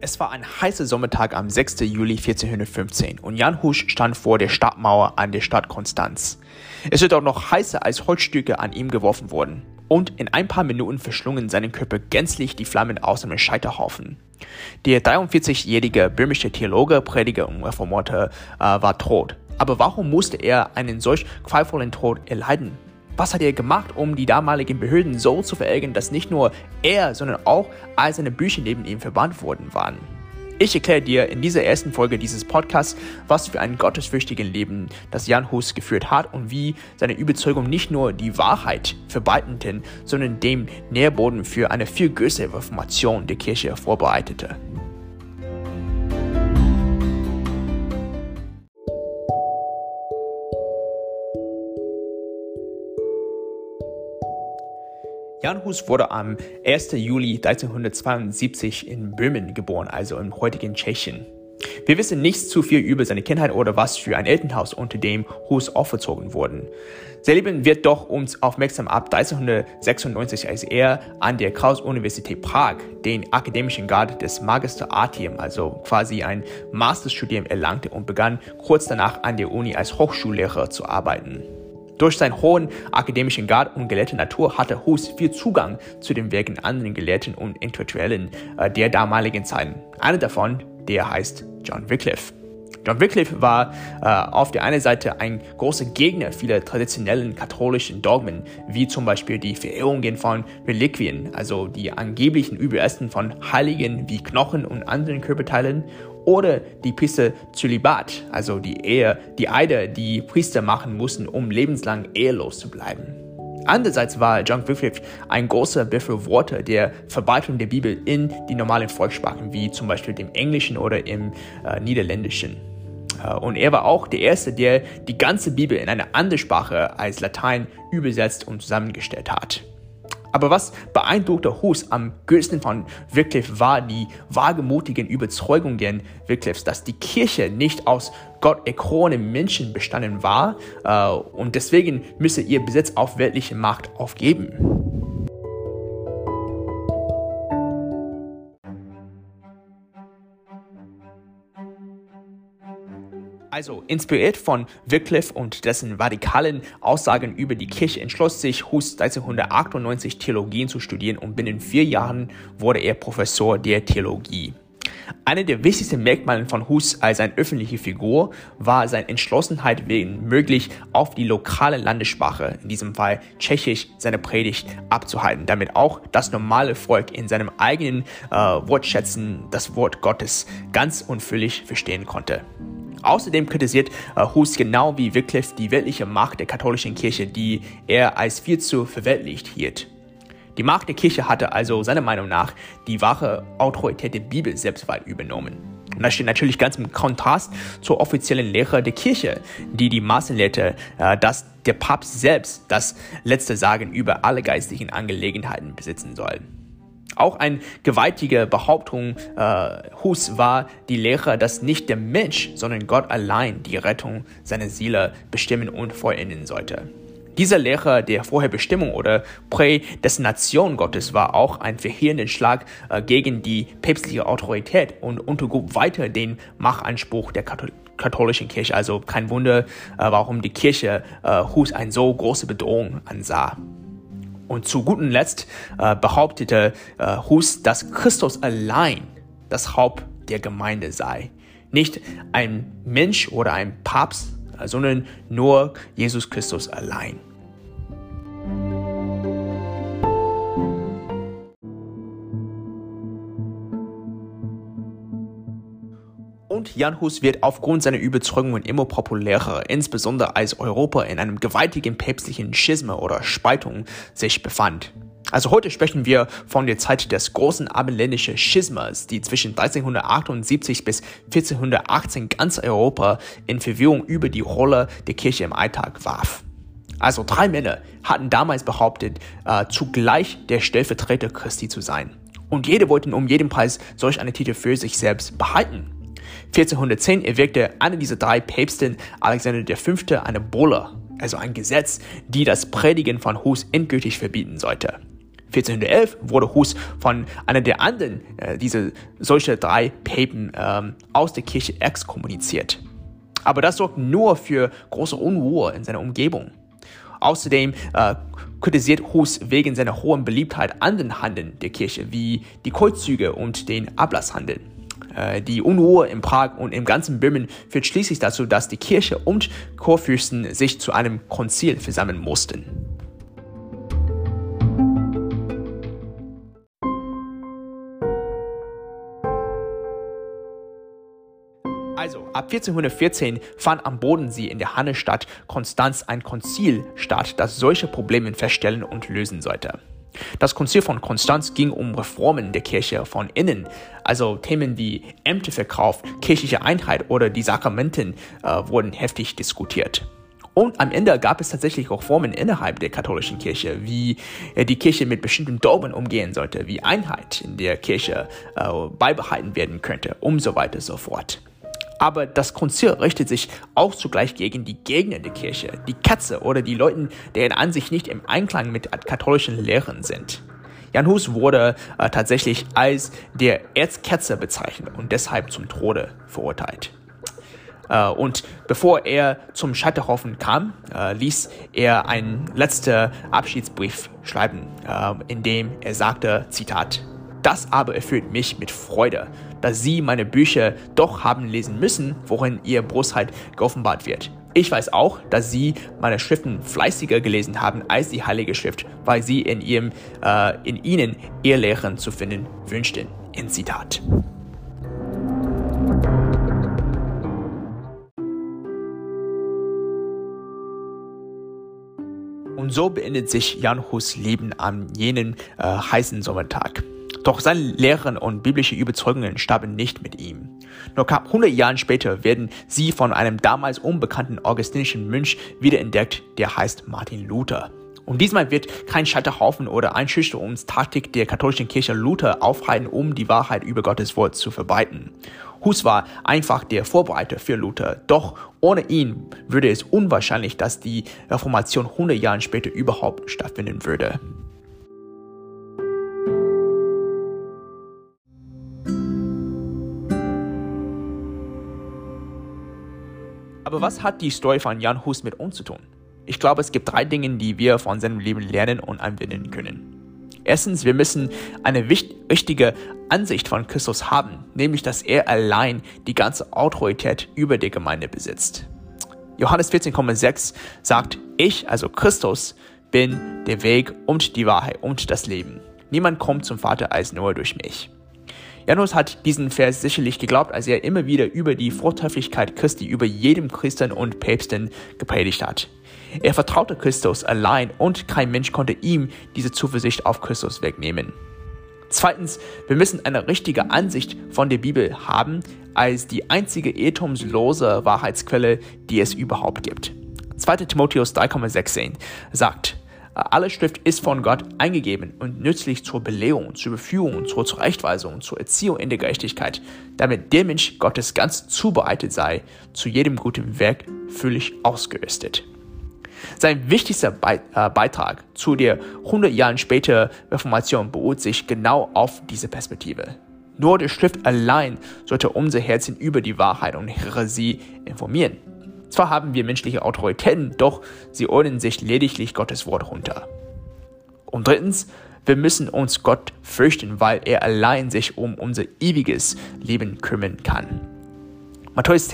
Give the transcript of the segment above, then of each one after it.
Es war ein heißer Sommertag am 6. Juli 1415 und Jan Hus stand vor der Stadtmauer an der Stadt Konstanz. Es wird auch noch heißer, als Holzstücke an ihm geworfen wurden. Und in ein paar Minuten verschlungen seinen Körper gänzlich die Flammen aus einem Scheiterhaufen. Der 43-jährige böhmische Theologe, Prediger und Reformator war tot. Aber warum musste er einen solch qualvollen Tod erleiden? Was hat er gemacht, um die damaligen Behörden so zu verärgern, dass nicht nur er, sondern auch all seine Bücher neben ihm verbannt worden waren? Ich erkläre dir in dieser ersten Folge dieses Podcasts, was für ein gottesfürchtiges Leben das Jan Hus geführt hat und wie seine Überzeugung nicht nur die Wahrheit verbreiteten, sondern dem Nährboden für eine viel größere Reformation der Kirche vorbereitete. Jan Hus wurde am 1. Juli 1372 in Böhmen geboren, also im heutigen Tschechien. Wir wissen nicht zu viel über seine Kindheit oder was für ein Elternhaus unter dem Hus aufgezogen wurden. Sein Leben wird doch uns aufmerksam ab 1396, als er an der Karls-Universität Prag den akademischen Grad des Magister Artium, also quasi ein Masterstudium, erlangte und begann kurz danach an der Uni als Hochschullehrer zu arbeiten. Durch seinen hohen akademischen Grad und gelehrte Natur hatte Hus viel Zugang zu den Werken anderen Gelehrten und Intellektuellen der damaligen Zeiten. Einer davon, der heißt John Wycliffe. John Wycliffe war auf der einen Seite ein großer Gegner vieler traditionellen katholischen Dogmen, wie zum Beispiel die Verehrungen von Reliquien, also die angeblichen Überresten von Heiligen wie Knochen und anderen Körperteilen, oder die Priesterzölibat, also die Eide, die Priester machen mussten, um lebenslang ehelos zu bleiben. Andererseits war John Wycliffe ein großer Befürworter der Verbreitung der Bibel in die normalen Volkssprachen, wie zum Beispiel dem Englischen oder im Niederländischen. Und er war auch der Erste, der die ganze Bibel in eine andere Sprache als Latein übersetzt und zusammengestellt hat. Aber was beeindruckte Hus am größten von Wycliffe war die wagemutigen Überzeugungen Wycliffes, dass die Kirche nicht aus Gott erkorenen Menschen bestanden war und deswegen müsse ihr Besitz auf weltliche Macht aufgeben. Also, inspiriert von Wycliffe und dessen radikalen Aussagen über die Kirche entschloss sich Hus 1398 Theologien zu studieren und binnen 4 Jahren wurde er Professor der Theologie. Eine der wichtigsten Merkmale von Hus als eine öffentliche Figur war seine Entschlossenheit, wegen möglich auf die lokale Landessprache, in diesem Fall Tschechisch, seine Predigt abzuhalten, damit auch das normale Volk in seinem eigenen Wortschätzen das Wort Gottes ganz und völlig verstehen konnte. Außerdem kritisiert Hus genau wie Wycliffe die weltliche Macht der katholischen Kirche, die er als viel zu verweltlicht hielt. Die Macht der Kirche hatte also seiner Meinung nach die wahre Autorität der Bibel selbstweit übernommen. Und das steht natürlich ganz im Kontrast zur offiziellen Lehre der Kirche, die Maßen lehrte, dass der Papst selbst das letzte Sagen über alle geistlichen Angelegenheiten besitzen soll. Auch eine gewaltige Behauptung Hus war die Lehre, dass nicht der Mensch, sondern Gott allein die Rettung seiner Seele bestimmen und vollenden sollte. Diese Lehre der Vorherbestimmung oder Prädestination Gottes war auch ein verheerender Schlag gegen die päpstliche Autorität und untergrub weiter den Machtanspruch der katholischen Kirche. Also kein Wunder, warum die Kirche Hus eine so große Bedrohung ansah. Und zu gutem Letzt behauptete Hus, dass Christus allein das Haupt der Gemeinde sei. Nicht ein Mensch oder ein Papst, sondern nur Jesus Christus allein. Und Jan Hus wird aufgrund seiner Überzeugungen immer populärer, insbesondere als Europa in einem gewaltigen päpstlichen Schisma oder Spaltung sich befand. Also heute sprechen wir von der Zeit des großen abendländischen Schismas, die zwischen 1378 bis 1418 ganz Europa in Verwirrung über die Rolle der Kirche im Alltag warf. Also 3 Männer hatten damals behauptet, zugleich der Stellvertreter Christi zu sein. Und jede wollten um jeden Preis solch einen Titel für sich selbst behalten. 1410 erwirkte einer dieser 3 Päpste, Alexander V., eine Bulle, also ein Gesetz, die das Predigen von Hus endgültig verbieten sollte. 1411 wurde Hus von einer der anderen solche 3 Päpsten aus der Kirche exkommuniziert. Aber das sorgt nur für große Unruhe in seiner Umgebung. Außerdem kritisiert Hus wegen seiner hohen Beliebtheit anderen Handeln der Kirche, wie die Kreuzzüge und den Ablasshandel. Die Unruhe in Prag und im ganzen Böhmen führt schließlich dazu, dass die Kirche und Kurfürsten sich zu einem Konzil versammeln mussten. Also, ab 1414 fand am Bodensee in der Hansestadt Konstanz ein Konzil statt, das solche Probleme feststellen und lösen sollte. Das Konzil von Konstanz ging um Reformen der Kirche von innen, also Themen wie Ämterverkauf, kirchliche Einheit oder die Sakramenten wurden heftig diskutiert. Und am Ende gab es tatsächlich Reformen innerhalb der katholischen Kirche, wie die Kirche mit bestimmten Dogmen umgehen sollte, wie Einheit in der Kirche beibehalten werden könnte und so weiter und so fort. Aber das Konzil richtet sich auch zugleich gegen die Gegner der Kirche, die Ketzer oder die Leute, deren Ansicht nicht im Einklang mit katholischen Lehren sind. Jan Hus wurde tatsächlich als der Erzketzer bezeichnet und deshalb zum Tode verurteilt. Und bevor er zum Scheiterhaufen kam, ließ er einen letzten Abschiedsbrief schreiben, in dem er sagte, Zitat, „Das aber erfüllt mich mit Freude, dass Sie meine Bücher doch haben lesen müssen, worin Ihre Bosheit geoffenbart wird. Ich weiß auch, dass Sie meine Schriften fleißiger gelesen haben als die Heilige Schrift, weil Sie in ihnen Ihr Lehren zu finden wünschten." End Zitat. Und so beendet sich Jan Hus Leben an jenem heißen Sommertag. Doch seine Lehren und biblische Überzeugungen starben nicht mit ihm. Nur knapp 100 Jahre später werden sie von einem damals unbekannten augustinischen Mönch wiederentdeckt, der heißt Martin Luther. Und diesmal wird kein Scheiterhaufen oder Einschüchterungstaktik der katholischen Kirche Luther aufhalten, um die Wahrheit über Gottes Wort zu verbreiten. Hus war einfach der Vorbereiter für Luther, doch ohne ihn würde es unwahrscheinlich, dass die Reformation 100 Jahre später überhaupt stattfinden würde. Aber was hat die Story von Jan Hus mit uns zu tun? Ich glaube, es gibt 3 Dinge, die wir von seinem Leben lernen und anwenden können. Erstens, wir müssen eine richtige Ansicht von Christus haben, nämlich, dass er allein die ganze Autorität über die Gemeinde besitzt. Johannes 14,6 sagt, ich, also Christus, bin der Weg und die Wahrheit und das Leben. Niemand kommt zum Vater als nur durch mich. Jan Hus hat diesen Vers sicherlich geglaubt, als er immer wieder über die Vortrefflichkeit Christi über jedem Christen und Päpsten gepredigt hat. Er vertraute Christus allein und kein Mensch konnte ihm diese Zuversicht auf Christus wegnehmen. Zweitens, wir müssen eine richtige Ansicht von der Bibel haben, als die einzige irrtumslose Wahrheitsquelle, die es überhaupt gibt. 2. Timotheus 3,16 sagt, alle Schrift ist von Gott eingegeben und nützlich zur Belehrung, zur Beführung, zur Zurechtweisung, zur Erziehung in der Gerechtigkeit, damit der Mensch Gottes ganz zubereitet sei, zu jedem guten Werk völlig ausgerüstet. Sein wichtigster Beitrag zu der 100 Jahre später Reformation beruht sich genau auf diese Perspektive. Nur die Schrift allein sollte unser Herzen über die Wahrheit und Häresie informieren. Zwar haben wir menschliche Autoritäten, doch sie ordnen sich lediglich Gottes Wort runter. Und drittens, wir müssen uns Gott fürchten, weil er allein sich um unser ewiges Leben kümmern kann. Matthäus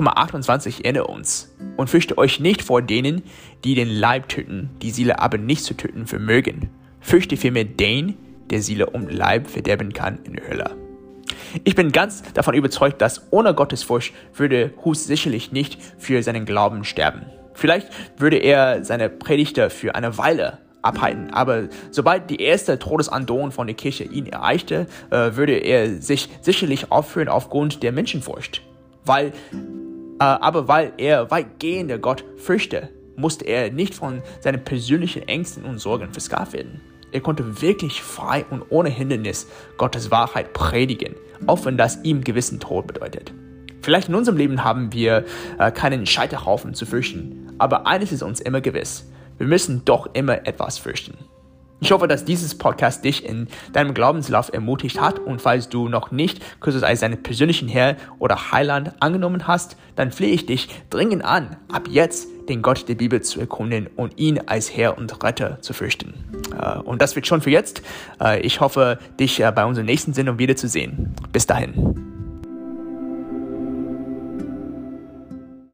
10,28 erinnert uns, und fürchte euch nicht vor denen, die den Leib töten, die Seele aber nicht zu töten vermögen. Fürchte vielmehr den, der Seele und Leib verderben kann in der Hölle. Ich bin ganz davon überzeugt, dass ohne Gottesfurcht würde Hus sicherlich nicht für seinen Glauben sterben. Vielleicht würde er seine Predigten für eine Weile abhalten, aber sobald die erste Todesandrohung von der Kirche ihn erreichte, würde er sich sicherlich aufhören aufgrund der Menschenfurcht. Weil er weitgehende Gott fürchte, musste er nicht von seinen persönlichen Ängsten und Sorgen versklavt werden. Er konnte wirklich frei und ohne Hindernis Gottes Wahrheit predigen, auch wenn das ihm gewissen Tod bedeutet. Vielleicht in unserem Leben haben wir keinen Scheiterhaufen zu fürchten, aber eines ist uns immer gewiss, wir müssen doch immer etwas fürchten. Ich hoffe, dass dieses Podcast dich in deinem Glaubenslauf ermutigt hat und falls du noch nicht Christus als deinen persönlichen Herr oder Heiland angenommen hast, dann flehe ich dich dringend an, ab jetzt den Gott der Bibel zu erkunden und ihn als Herr und Retter zu fürchten. Und das wird schon für jetzt. Ich hoffe, dich bei unserer nächsten Sendung wiederzusehen. Bis dahin.